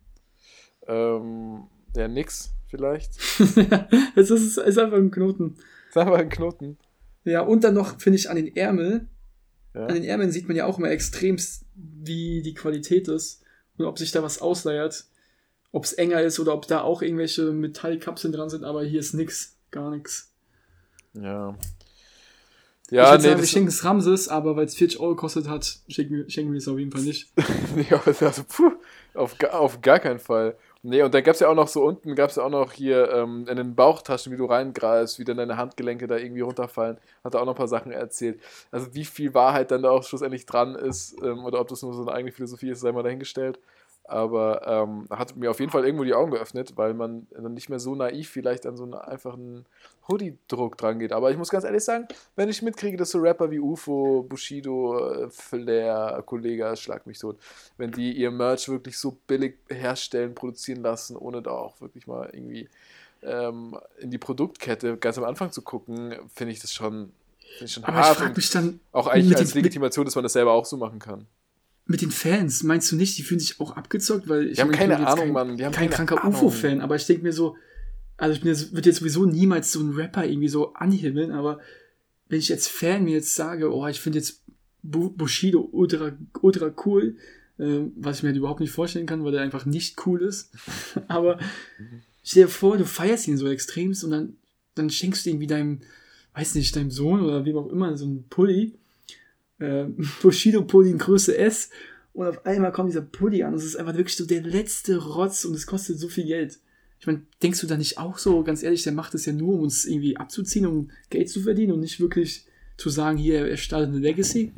Ja, nix vielleicht. Es ist einfach ein Knoten. Es ist einfach ein Knoten. Ja, und dann noch, finde ich, an den Ärmeln. Ja. An den Ärmeln sieht man ja auch immer extremst, wie die Qualität ist und ob sich da was ausleiert. Ob es enger ist oder ob da auch irgendwelche Metallkapseln dran sind, aber hier ist nix, gar nichts. Ja. Ja, ich würde sagen, wir schenken es Ramses, aber weil es 40 € gekostet hat, schenken wir es auf jeden Fall nicht. Ja, also, auf gar keinen Fall. Nee, und dann gab es ja auch noch so unten, gab es ja auch noch hier in den Bauchtaschen, wie du reingreifst, wie dann deine Handgelenke da irgendwie runterfallen. Hat er auch noch ein paar Sachen erzählt. Also wie viel Wahrheit dann da auch schlussendlich dran ist oder ob das nur so eine eigene Philosophie ist, sei mal dahingestellt. Aber hat mir auf jeden Fall irgendwo die Augen geöffnet, weil man dann nicht mehr so naiv vielleicht an so einen einfachen Hoodie-Druck dran geht. Aber ich muss ganz ehrlich sagen, wenn ich mitkriege, dass so Rapper wie UFO, Bushido, Flair, Kollega, Schlag mich tot, wenn die ihr Merch wirklich so billig herstellen, produzieren lassen, ohne da auch wirklich mal irgendwie in die Produktkette ganz am Anfang zu gucken, finde ich das schon aber hart. Ich frage mich dann auch eigentlich als Legitimation, dass man das selber auch so machen kann. Mit den Fans, meinst du nicht, die fühlen sich auch abgezockt? Weil die haben keine Ahnung, Mann. Die haben kein kranker UFO-Fan, aber ich denke mir so, also ich würde jetzt sowieso niemals so einen Rapper irgendwie so anhimmeln, aber wenn ich als Fan mir jetzt sage, oh, ich finde jetzt Bushido ultra cool, was ich mir halt überhaupt nicht vorstellen kann, weil der einfach nicht cool ist, aber stell dir vor, du feierst ihn so extremst und dann schenkst du ihm wie deinem Sohn oder wem auch immer so einen Pulli, Bushido-Pulli in Größe S und auf einmal kommt dieser Pulli an und es ist einfach wirklich so der letzte Rotz und es kostet so viel Geld. Ich meine, denkst du da nicht auch so, ganz ehrlich, der macht es ja nur, um uns irgendwie abzuziehen, um Geld zu verdienen und nicht wirklich zu sagen, hier, er startet eine Legacy?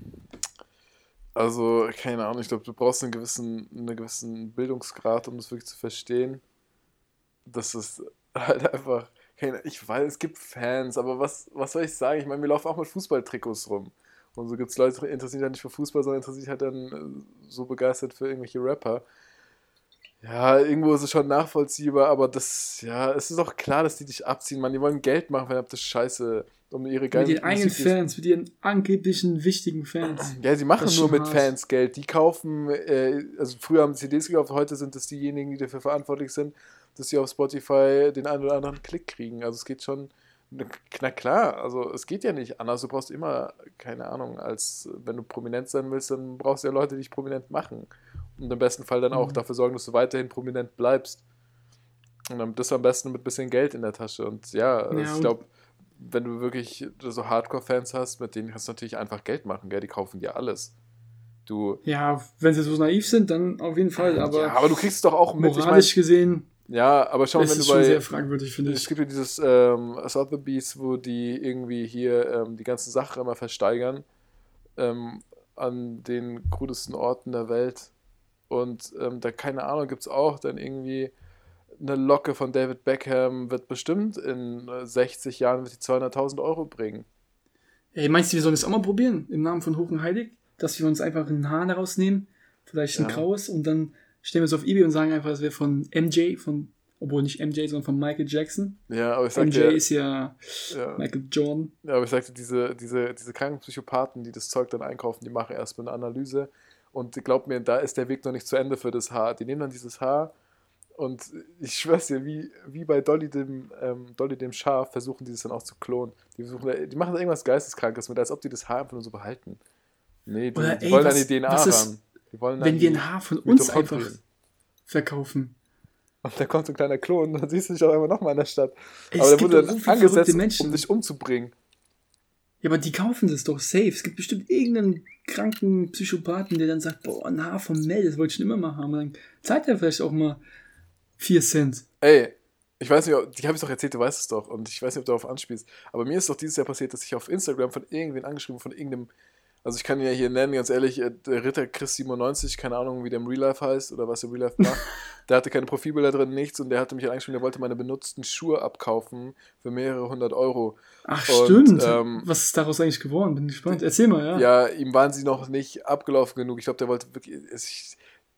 Also, keine Ahnung, ich glaube, du brauchst einen gewissen Bildungsgrad, um das wirklich zu verstehen. Das ist halt einfach, ich weiß, es gibt Fans, aber was soll ich sagen? Ich meine, wir laufen auch mit Fußballtrikots rum. Und so gibt es Leute, die interessieren sich halt nicht für Fußball, sondern interessieren sich halt dann so begeistert für irgendwelche Rapper. Ja, irgendwo ist es schon nachvollziehbar, aber es ist auch klar, dass die dich abziehen, man. Die wollen Geld machen, verdammt, das Scheiße, um ihre geilen Mit ihren eigenen Fans, mit ihren angeblichen wichtigen Fans. Ja, sie machen nur mit Fans Geld. Die kaufen, also früher haben CDs gekauft, heute sind es diejenigen, die dafür verantwortlich sind, dass sie auf Spotify den einen oder anderen Klick kriegen. Also es geht schon, na klar, also es geht ja nicht anders. Du brauchst immer, keine Ahnung, als wenn du prominent sein willst, dann brauchst du ja Leute, die dich prominent machen. Und im besten Fall dann auch dafür sorgen, dass du weiterhin prominent bleibst. Und dann das am besten mit ein bisschen Geld in der Tasche. Und ja, ich glaube, wenn du wirklich so Hardcore-Fans hast, mit denen kannst du natürlich einfach Geld machen, gell? Die kaufen dir alles. Ja, wenn sie so naiv sind, dann auf jeden Fall. Aber du kriegst es doch auch mit. Moralisch gesehen. Ja, aber schau mal, wenn du schon sehr fragwürdig, finde ich. Es gibt ja dieses Sotheby's, wo die irgendwie hier die ganze Sache immer versteigern an den krudesten Orten der Welt. Und da, keine Ahnung, gibt es auch dann irgendwie eine Locke von David Beckham wird bestimmt in 60 Jahren wird die 200.000 € bringen. Ey, meinst du, wir sollen das auch mal probieren? Im Namen von Hoch und Heilig? Dass wir uns einfach ein Haar rausnehmen, vielleicht ein graues, und dann stellen wir es auf eBay und sagen einfach, es wäre von MJ, obwohl nicht MJ, sondern von Michael Jackson. Ja, aber ich sag MJ ist ja Michael Jordan. Ja, aber ich sagte, diese kranken Psychopathen, die das Zeug dann einkaufen, die machen erstmal eine Analyse. Und glaub mir, da ist der Weg noch nicht zu Ende für das Haar. Die nehmen dann dieses Haar und ich schwör's dir, wie bei Dolly dem Schaf, versuchen die das dann auch zu klonen. Die machen da irgendwas Geisteskrankes mit, als ob die das Haar einfach nur so behalten. Nee, die wollen dann die DNA ran. Wenn wir ein Haar von uns einfach verkaufen. Und da kommt so ein kleiner Klon und dann siehst du dich auch immer nochmal in der Stadt. Aber der wurde dann angesetzt, um dich umzubringen. Ja, aber die kaufen das doch safe. Es gibt bestimmt irgendeinen kranken Psychopathen, der dann sagt, boah, ein Haar von Mel, das wollte ich schon immer mal haben. Und dann zahlt er vielleicht auch mal 4 Cent. Ey, ich weiß nicht, die habe ich doch erzählt, du weißt es doch. Und ich weiß nicht, ob du darauf anspielst. Aber mir ist doch dieses Jahr passiert, dass ich auf Instagram von irgendwen angeschrieben, von irgendeinem, also ich kann ihn ja hier nennen, ganz ehrlich, der Ritter Chris 97, keine Ahnung, wie der im Real Life heißt oder was er im Real Life macht. Der hatte keine Profilbilder drin, nichts, und der hatte mich angeschrieben, der wollte meine benutzten Schuhe abkaufen für mehrere 100 €. Ach, stimmt. Was ist daraus eigentlich geworden? Bin gespannt. Erzähl mal, ja. Ja, ihm waren sie noch nicht abgelaufen genug. Ich glaube, der wollte wirklich...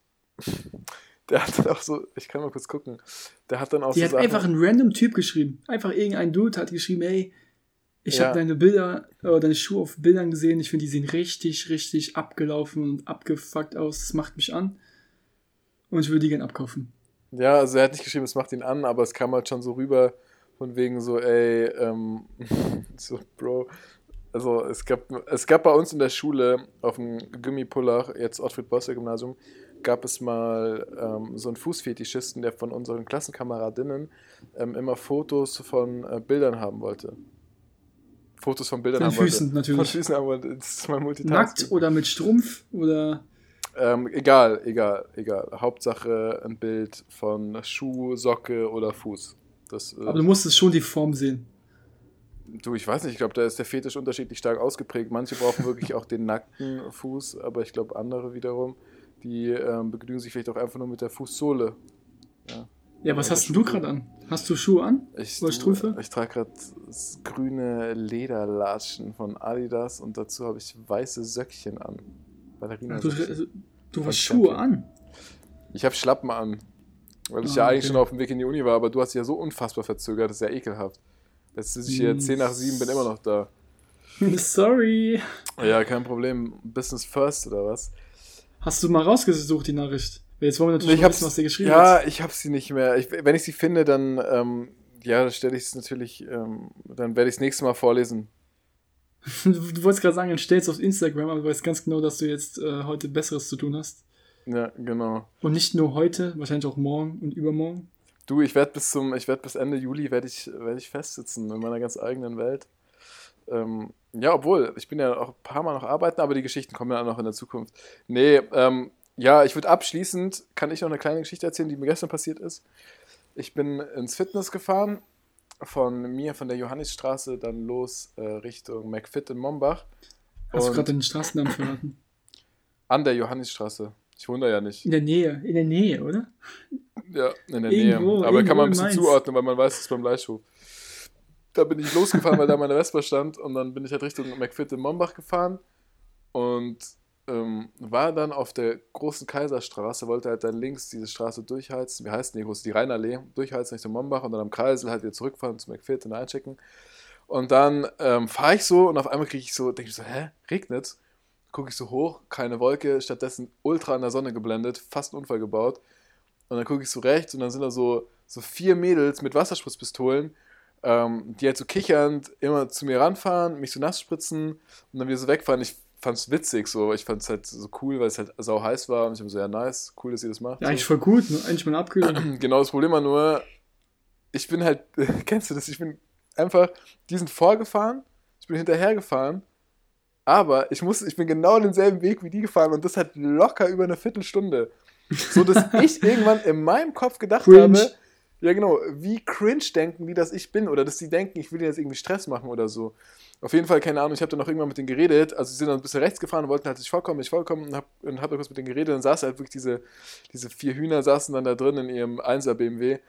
Der hat dann auch so... Ich kann mal kurz gucken. Der hat dann auch Die hat Sachen, einfach ein random Typ geschrieben. Einfach irgendein Dude hat geschrieben, hey, ich habe deine Bilder, deine Schuhe auf Bildern gesehen. Ich finde, die sehen richtig, richtig abgelaufen und abgefuckt aus. Das macht mich an. Und ich würde die gerne abkaufen. Ja, also er hat nicht geschrieben, es macht ihn an, aber es kam halt schon so rüber, von wegen so, ey, so, Bro. Also es gab bei uns in der Schule, auf dem Gymmi-Pullach, jetzt Ottfried-Bosser-Gymnasium, gab es mal so einen Fußfetischisten, der von unseren Klassenkameradinnen immer Fotos von Bildern haben wollte. Fotos von Bildern haben wollte. Von Füßen, natürlich. Von Füßen haben wollte. Das ist mein Multitasking. Nackt oder mit Strumpf oder... Egal. Hauptsache ein Bild von Schuh, Socke oder Fuß. Aber du musstest schon die Form sehen. Du, ich weiß nicht, ich glaube, da ist der Fetisch unterschiedlich stark ausgeprägt. Manche brauchen wirklich auch den nackten Fuß, aber ich glaube, andere wiederum, die begnügen sich vielleicht auch einfach nur mit der Fußsohle. Ja, was hast du gerade an? Hast du Schuhe an? Oder Strümpfe? Ich trage gerade grüne Lederlatschen von Adidas und dazu habe ich weiße Söckchen an. Du hast Schuhe an? Ich habe Schlappen an, weil ich ja eigentlich schon auf dem Weg in die Uni war, aber du hast dich ja so unfassbar verzögert, das ist ja ekelhaft. Jetzt ist ich hier 10 nach 7, bin immer noch da. Sorry. Ja, kein Problem. Business first oder was? Hast du mal rausgesucht, die Nachricht? Jetzt wollen wir natürlich wissen, was der geschrieben hat. Ja, ich habe sie nicht mehr. Wenn ich sie finde, dann stelle ich es natürlich, dann werde ich es nächstes Mal vorlesen. Du wolltest gerade sagen, dann stellst du auf Instagram, aber du weißt ganz genau, dass du jetzt heute Besseres zu tun hast. Ja, genau. Und nicht nur heute, wahrscheinlich auch morgen und übermorgen. Du, ich werde bis Ende Juli werde ich festsitzen in meiner ganz eigenen Welt. Obwohl, ich bin ja auch ein paar Mal noch arbeiten, aber die Geschichten kommen ja auch noch in der Zukunft. Nee, ich würde abschließend, kann ich noch eine kleine Geschichte erzählen, die mir gestern passiert ist. Ich bin ins Fitness gefahren, von der Johannisstraße dann los Richtung McFit in Mombach. Hast du gerade den Straßennamen verraten? An der Johannisstraße. Ich wohne da ja nicht. In der Nähe, oder? Ja, in der Nähe. Aber da kann man ein bisschen zuordnen, weil man weiß, es ist beim Gleichhof. Da bin ich losgefahren, weil da meine Vespa stand, und dann bin ich halt Richtung McFit in Mombach gefahren und war dann auf der großen Kaiserstraße, wollte halt dann links diese Straße durchheizen, wie heißt die Rheinallee, durchheizen Richtung Mombach und dann am Kreisel halt wieder zurückfahren zu McFit und einchecken. Und dann fahre ich so und auf einmal denke ich so, regnet's? Gucke ich so hoch, keine Wolke, stattdessen ultra an der Sonne geblendet, fast einen Unfall gebaut. Und dann gucke ich so rechts und dann sind da so 4 Mädels mit Wasserspritzpistolen, die halt so kichernd immer zu mir ranfahren, mich so nass spritzen und dann wieder so wegfahren. Ich fand's witzig, so. Ich fand's halt so cool, weil es halt sau heiß war und ich habe so, ja, nice, cool, dass ihr das macht. Ja, eigentlich voll gut, ne? Eigentlich mal abkühlen. Genau, das Problem war nur, ich bin halt, kennst du das? Ich bin einfach, die sind vorgefahren, ich bin hinterhergefahren, aber ich bin genau denselben Weg wie die gefahren und das hat locker über eine Viertelstunde. So, dass ich irgendwann in meinem Kopf gedacht habe, ja genau, wie cringe denken die, dass ich bin, oder dass die denken, ich will denen jetzt irgendwie Stress machen oder so. Auf jeden Fall, keine Ahnung, ich habe dann noch irgendwann mit denen geredet, also sie sind dann ein bisschen rechts gefahren und wollten halt nicht vorkommen und hab dann kurz mit denen geredet, und dann saß halt wirklich diese 4 Hühner saßen dann da drin in ihrem 1er BMW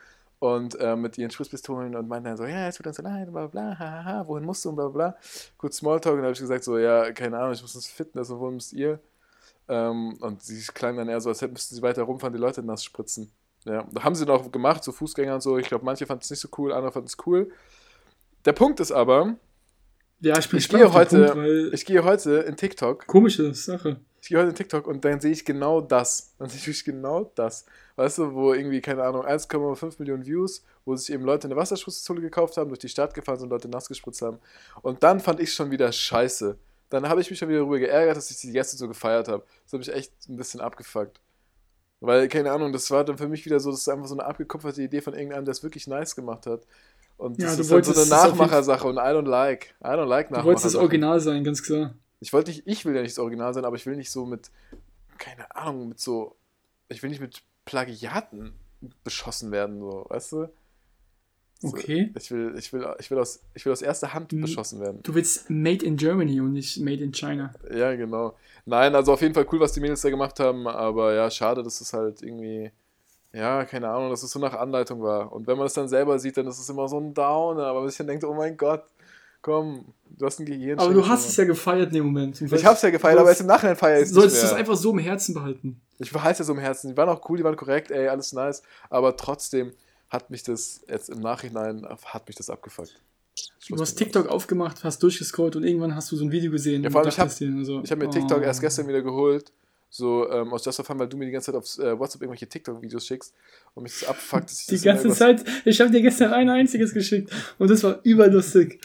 und mit ihren Schutzpistolen und meinten dann so, ja, es tut uns so leid, bla bla, hahaha, wohin musst du und bla bla. Kurz Smalltalk und dann habe ich gesagt so, ja, keine Ahnung, ich muss ins Fitness und wohin müsst ihr? Und sie klang dann eher so, als müssten sie weiter rumfahren, die Leute nass spritzen. Ja, da haben sie noch gemacht, so Fußgänger und so. Ich glaube, manche fanden es nicht so cool, andere fanden es cool. Der Punkt ist aber, ja, ich gehe heute in TikTok. Komische Sache. Ich gehe heute in TikTok und dann sehe ich genau das. Dann sehe ich genau das. Weißt du, wo irgendwie, keine Ahnung, 1,5 Millionen Views, wo sich eben Leute eine Wasserschutzpistole gekauft haben, durch die Stadt gefahren sind und Leute nass gespritzt haben. Und dann fand ich schon wieder scheiße. Dann habe ich mich schon wieder darüber geärgert, dass ich die Gäste so gefeiert habe. Das habe ich echt ein bisschen abgefuckt. Weil, keine Ahnung, das war dann für mich wieder so, das ist einfach so eine abgekupferte Idee von irgendeinem, der es wirklich nice gemacht hat. Und das ist halt so eine Nachmachersache und I don't like Nachmacher. Du wolltest das Original sein, ganz klar. Ich will ja nicht das Original sein, aber ich will nicht so mit, keine Ahnung, ich will nicht mit Plagiaten beschossen werden, so, weißt du? So, okay. Ich will aus erster Hand beschossen werden. Du willst Made in Germany und nicht Made in China. Ja, genau. Nein, also auf jeden Fall cool, was die Mädels da gemacht haben, aber ja, schade, dass es halt irgendwie, ja, keine Ahnung, dass es so nach Anleitung war. Und wenn man es dann selber sieht, dann ist es immer so ein Downer, aber man sich dann denkt, oh mein Gott, komm, du hast ein Gehirn. Aber du hast es ja gefeiert in dem Moment. Ich hab's ja gefeiert, aber jetzt im Nachhinein feiere ich es nicht mehr. Solltest du es einfach so im Herzen behalten. Ich behalte es ja so im Herzen. Die waren auch cool, die waren korrekt, ey, alles nice, aber trotzdem hat mich das jetzt im Nachhinein abgefuckt. Du hast TikTok aufgemacht, hast durchgescrollt und irgendwann hast du so ein Video gesehen. Ja, vor allem ich hab mir TikTok erst gestern wieder geholt, so aus Just for Fun, weil du mir die ganze Zeit auf WhatsApp irgendwelche TikTok-Videos schickst und mich das abfuckt. Die ganze Zeit, ich habe dir gestern ein einziges geschickt und das war überlustig.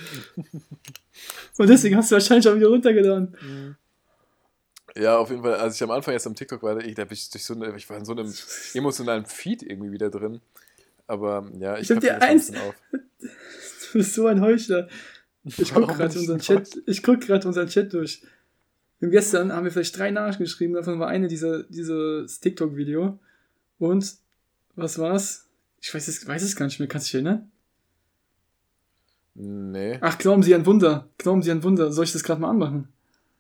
Und deswegen hast du wahrscheinlich auch wieder runtergeladen. Ja, auf jeden Fall, als ich am Anfang jetzt am TikTok war, ich war in so einem emotionalen Feed irgendwie wieder drin. Aber ja, ich hab dir eins auf. Du bist so ein Heuchler. Ich guck gerade unseren Chat durch. Und gestern haben wir vielleicht 3 Nachrichten geschrieben, davon war eine dieses TikTok-Video. Und was war's? Ich weiß es gar nicht mehr. Kannst du dich erinnern? Nee. Ach, glauben Sie an Wunder. Soll ich das gerade mal anmachen?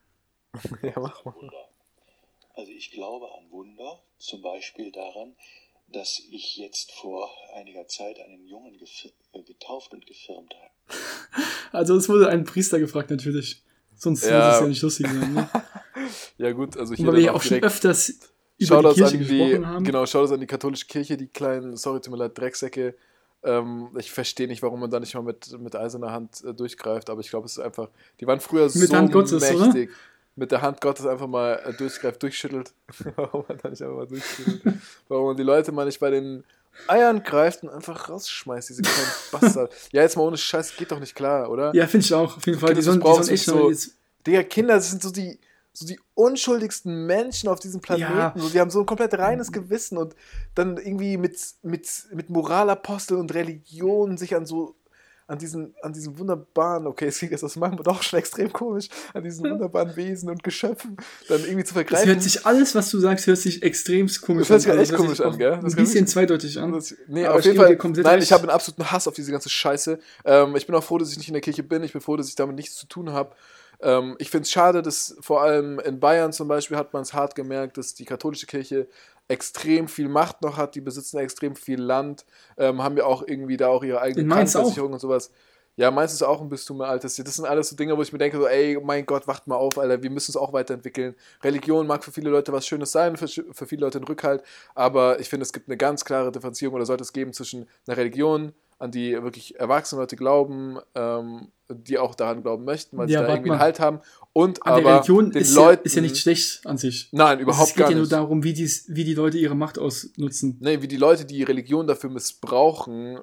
Ja, mach mal. Also ich glaube an Wunder, zum Beispiel daran, dass ich jetzt vor einiger Zeit einen Jungen getauft und gefirmt habe. Also es wurde ein Priester gefragt natürlich. Sonst würde es ja nicht lustig sein. Ne? Ja gut, also hier weil wir ja auch schon öfters über die Kirche gesprochen haben. Genau, schaut an die katholische Kirche, die kleinen, sorry, tut mir leid, Drecksäcke. Ich verstehe nicht, warum man da nicht mal mit eiserner Hand durchgreift, aber ich glaube, es ist einfach, die waren früher mit so Hand Gottes, mächtig. Oder? Mit der Hand Gottes einfach mal durchschüttelt. Warum man da nicht einfach mal durchschüttelt? Warum man die Leute mal nicht bei den Eiern greift und einfach rausschmeißt, diese kleinen Bastard. Ja, jetzt mal ohne Scheiß, geht doch nicht klar, oder? Ja, finde ich auch, auf jeden Fall. Die sollen echt so, Digga, Kinder, das sind so die unschuldigsten Menschen auf diesem Planeten. Ja. So, die haben so ein komplett reines Gewissen und dann irgendwie mit Moralapostel und Religion sich an diesen wunderbaren, okay, es klingt jetzt aus meinem Mund auch schon extrem komisch, an diesen wunderbaren Wesen und Geschöpfen dann irgendwie zu vergreifen. Das hört sich, alles, was du sagst, hört sich extrem komisch an. Das hört sich echt komisch an, gell? Ein bisschen zweideutig an. Nee, auf jeden Fall, nein, ich habe einen absoluten Hass auf diese ganze Scheiße. Ich bin auch froh, dass ich nicht in der Kirche bin. Ich bin froh, dass ich damit nichts zu tun habe. Ich finde es schade, dass vor allem in Bayern zum Beispiel hat man es hart gemerkt, dass die katholische Kirche extrem viel Macht noch hat, die besitzen extrem viel Land, haben ja auch irgendwie da auch ihre eigene Krankenversicherung und sowas. Ja, Mainz ist auch ein Bistum, Altes. Das sind alles so Dinge, wo ich mir denke, so, ey, mein Gott, wacht mal auf, Alter, wir müssen es auch weiterentwickeln. Religion mag für viele Leute was Schönes sein, für viele Leute ein Rückhalt, aber ich finde, es gibt eine ganz klare Differenzierung oder sollte es geben zwischen einer Religion, an die wirklich erwachsene Leute glauben, die auch daran glauben möchten, weil sie da irgendwie einen Halt haben. Und aber der Religion den Leuten ist ja nicht schlecht an sich. Nein, überhaupt gar nicht. Es geht ja nur darum, wie die Leute ihre Macht ausnutzen. Nee, wie die Leute die Religion dafür missbrauchen,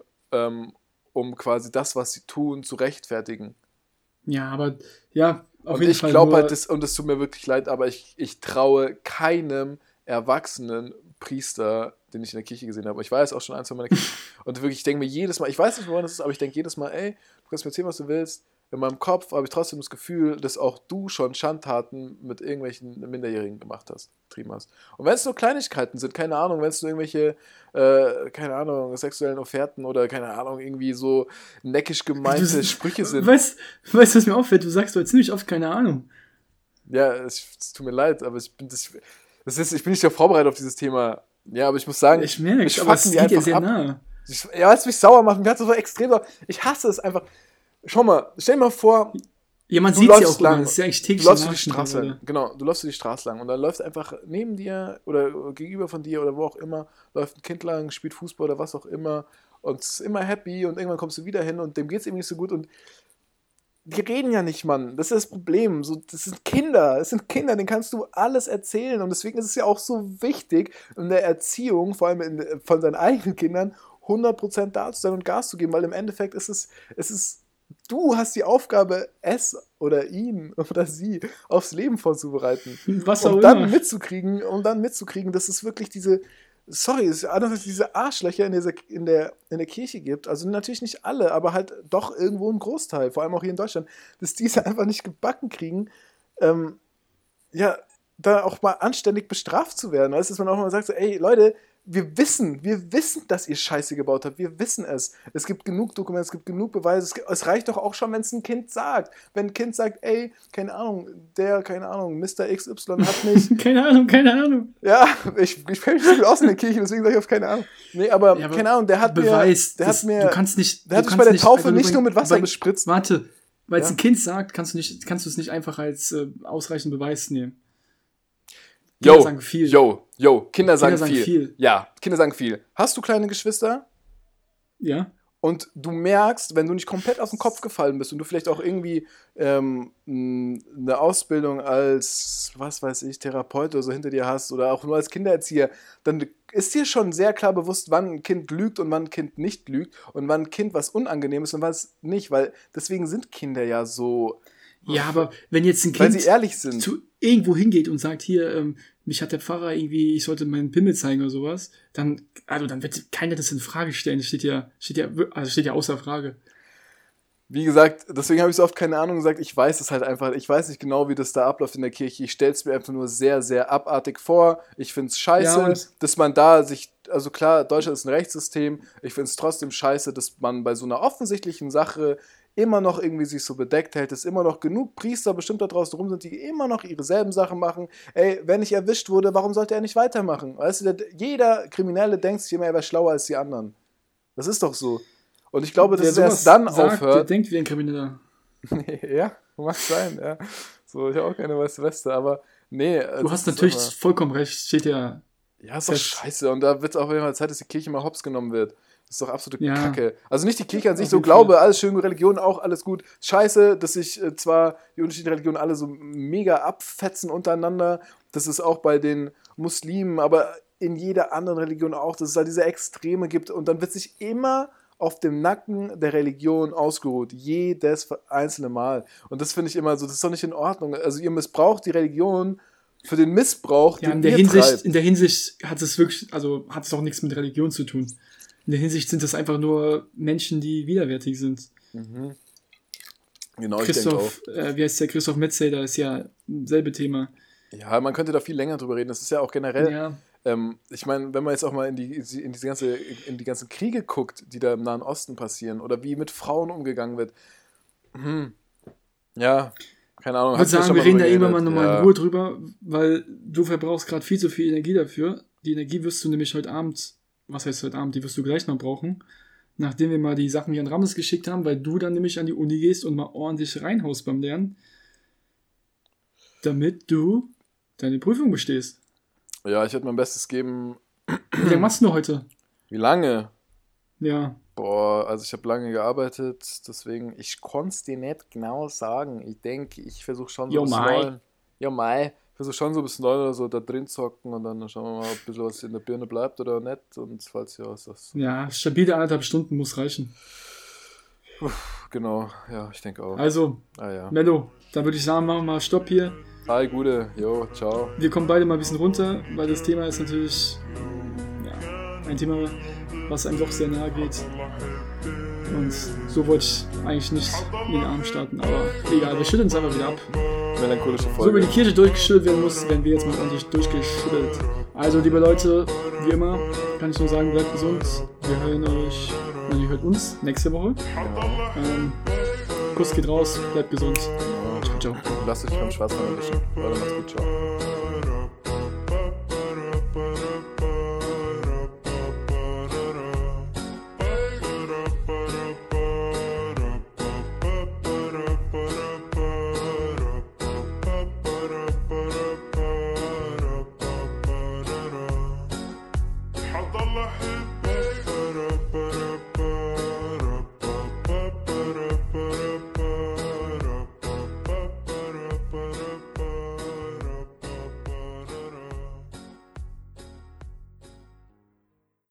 um quasi das, was sie tun, zu rechtfertigen. Ja, aber ja, auf jeden Fall. Und ich glaube halt, und es tut mir wirklich leid, aber ich traue keinem erwachsenen Priester, den ich in der Kirche gesehen habe. Ich war jetzt auch schon 1, 2 Mal in der Kirche. Und wirklich, ich denke mir jedes Mal, ich weiß nicht, woran das ist, aber ich denke jedes Mal, ey, du kannst mir erzählen, was du willst. In meinem Kopf habe ich trotzdem das Gefühl, dass auch du schon Schandtaten mit irgendwelchen Minderjährigen getrieben hast. Und wenn es nur Kleinigkeiten sind, keine Ahnung, wenn es nur irgendwelche, keine Ahnung, sexuellen Offerten oder, keine Ahnung, irgendwie so neckisch gemeinte Sprüche sind. Weißt du, was mir auffällt? Du sagst doch ziemlich oft keine Ahnung. Ja, es tut mir leid, aber ich bin nicht darauf vorbereitet auf dieses Thema. Ja, aber ich muss sagen, ich merke, aber es geht dir sehr nahe. Ja, weißt du, mich sauer macht? Mir hat das so extrem sauer. Ich hasse es einfach. Schau mal, stell dir mal vor... Ja, man sieht es ja auch lang. Das ist ja eigentlich täglich. Du läufst die Straße lang. Genau, du läufst die Straße lang und dann läuft einfach neben dir oder gegenüber von dir oder wo auch immer, läuft ein Kind lang, spielt Fußball oder was auch immer und ist immer happy und irgendwann kommst du wieder hin und dem geht's irgendwie nicht so gut und die reden ja nicht, Mann. Das ist das Problem. So, das sind Kinder, denen kannst du alles erzählen und deswegen ist es ja auch so wichtig in der Erziehung, vor allem von seinen eigenen Kindern, 100% da zu sein und Gas zu geben, weil im Endeffekt ist es du hast die Aufgabe, es oder ihn oder sie aufs Leben vorzubereiten. Was auch um dann mitzukriegen, dass es wirklich diese Arschlöcher in der Kirche gibt. Also natürlich nicht alle, aber halt doch irgendwo ein Großteil, vor allem auch hier in Deutschland, dass diese einfach nicht gebacken kriegen, da auch mal anständig bestraft zu werden. Weißt du, dass man auch mal sagt, so, ey, Leute, wir wissen, dass ihr Scheiße gebaut habt. Wir wissen es. Es gibt genug Dokumente, es gibt genug Beweise. Es reicht doch auch schon, wenn es ein Kind sagt. Wenn ein Kind sagt, ey, keine Ahnung, Mr. XY hat mich... keine Ahnung. Ja, ich kenne mich nicht gut aus in der Kirche, deswegen sage ich auf keine Ahnung. Nee, aber keine Ahnung, der hat Beweis, mir... Du kannst nicht... Der hat mich bei der Taufe nicht nur mit Wasser bespritzt. Warte, weil es ein Kind sagt, kannst du es nicht einfach als ausreichenden Beweis nehmen. Kinder sagen viel. Kinder sagen viel. Ja, Kinder sagen viel. Hast du kleine Geschwister? Ja. Und du merkst, wenn du nicht komplett auf den Kopf gefallen bist und du vielleicht auch irgendwie eine Ausbildung als, was weiß ich, Therapeut oder so hinter dir hast oder auch nur als Kindererzieher, dann ist dir schon sehr klar bewusst, wann ein Kind lügt und wann ein Kind nicht lügt und wann ein Kind was unangenehm ist und was nicht, weil deswegen sind Kinder ja so... Ja, aber wenn jetzt ein Kind weil sie ehrlich sind. Zu irgendwo hingeht und sagt, hier, mich hat der Pfarrer irgendwie, ich sollte meinen Pimmel zeigen oder sowas, dann wird keiner das in Frage stellen. Das steht ja außer Frage. Wie gesagt, deswegen habe ich so oft keine Ahnung gesagt, ich weiß es halt einfach, ich weiß nicht genau, wie das da abläuft in der Kirche. Ich stelle es mir einfach nur sehr, sehr abartig vor. Ich finde es scheiße, dass man da sich, also klar, Deutschland ist ein Rechtssystem, ich finde es trotzdem scheiße, dass man bei so einer offensichtlichen Sache immer noch irgendwie sich so bedeckt hält, dass immer noch genug Priester bestimmt da draußen rum sind, die immer noch ihre selben Sachen machen. Ey, wenn ich erwischt wurde, warum sollte er nicht weitermachen? Weißt du, jeder Kriminelle denkt sich immer, er wäre schlauer als die anderen. Das ist doch so. Und ich glaube, dass es erst dann aufhört. Der denkt wie ein Krimineller. Ja, mag sein, ja. So, ich habe auch keine weiße Weste, aber nee. Du hast natürlich vollkommen recht, steht ja. Ja, ist doch scheiße. Und da wird es auch immer Zeit, dass die Kirche mal hops genommen wird. Das ist doch absolute Kacke. Also nicht die Kirche an sich, so Glaube, alles schön, Religion auch, alles gut. Scheiße, dass sich zwar die unterschiedlichen Religionen alle so mega abfetzen untereinander. Das ist auch bei den Muslimen, aber in jeder anderen Religion auch, dass es da diese Extreme gibt. Und dann wird sich immer auf dem Nacken der Religion ausgeruht. Jedes einzelne Mal. Und das finde ich immer so, das ist doch nicht in Ordnung. Also ihr missbraucht die Religion für den Missbrauch, den ihr treibt. In der Hinsicht hat es wirklich, also hat es auch nichts mit Religion zu tun. In der Hinsicht sind das einfach nur Menschen, die widerwärtig sind. Mhm. Genau, Christoph, ich denke auch. Wie heißt der? Christoph Metzelder ist ja selbe Thema. Ja, man könnte da viel länger drüber reden. Das ist ja auch generell... Ja. Ich meine, wenn man jetzt auch mal in die ganzen Kriege guckt, die da im Nahen Osten passieren, oder wie mit Frauen umgegangen wird. Ja, keine Ahnung. Ich würde sagen, wir reden da irgendwann mal nochmal in Ruhe drüber, weil du verbrauchst gerade viel zu viel Energie dafür. Die Energie wirst du nämlich heute Abend, die wirst du gleich noch brauchen, nachdem wir mal die Sachen hier an Ramses geschickt haben, weil du dann nämlich an die Uni gehst und mal ordentlich reinhaust beim Lernen, damit du deine Prüfung bestehst. Ja, ich werde mein Bestes geben. Wie lange machst du heute? Wie lange? Ja. Boah, also ich habe lange gearbeitet, deswegen, ich konnte es dir nicht genau sagen. Ich denke, ich versuche schon so bis 9. Ich versuche schon so bis 9 oder so da drin zocken und dann schauen wir mal, ob ein bisschen was in der Birne bleibt oder nicht. Und falls ja, ist das. Ja, stabile 1,5 Stunden muss reichen. Genau, ja, ich denke auch. Also, Mello, dann würde ich sagen, machen wir mal Stopp hier. Hi, Gute. Jo, ciao. Wir kommen beide mal ein bisschen runter, weil das Thema ist natürlich ein Thema, was einem doch sehr nahe geht. Und so wollte ich eigentlich nicht in den Arm starten, aber egal, wir schütteln es einfach wieder ab. Melancholische Folge. So wie die Kirche durchgeschüttelt werden muss, werden wir jetzt mal ordentlich durchgeschüttelt. Also, liebe Leute, wie immer, kann ich nur sagen, bleibt gesund. Wir hören euch, ihr hört uns nächste Woche. Kuss geht raus, bleibt gesund. Ciao. Lasst euch beim Schwarzwald erwischen. Leute, macht's gut, ciao.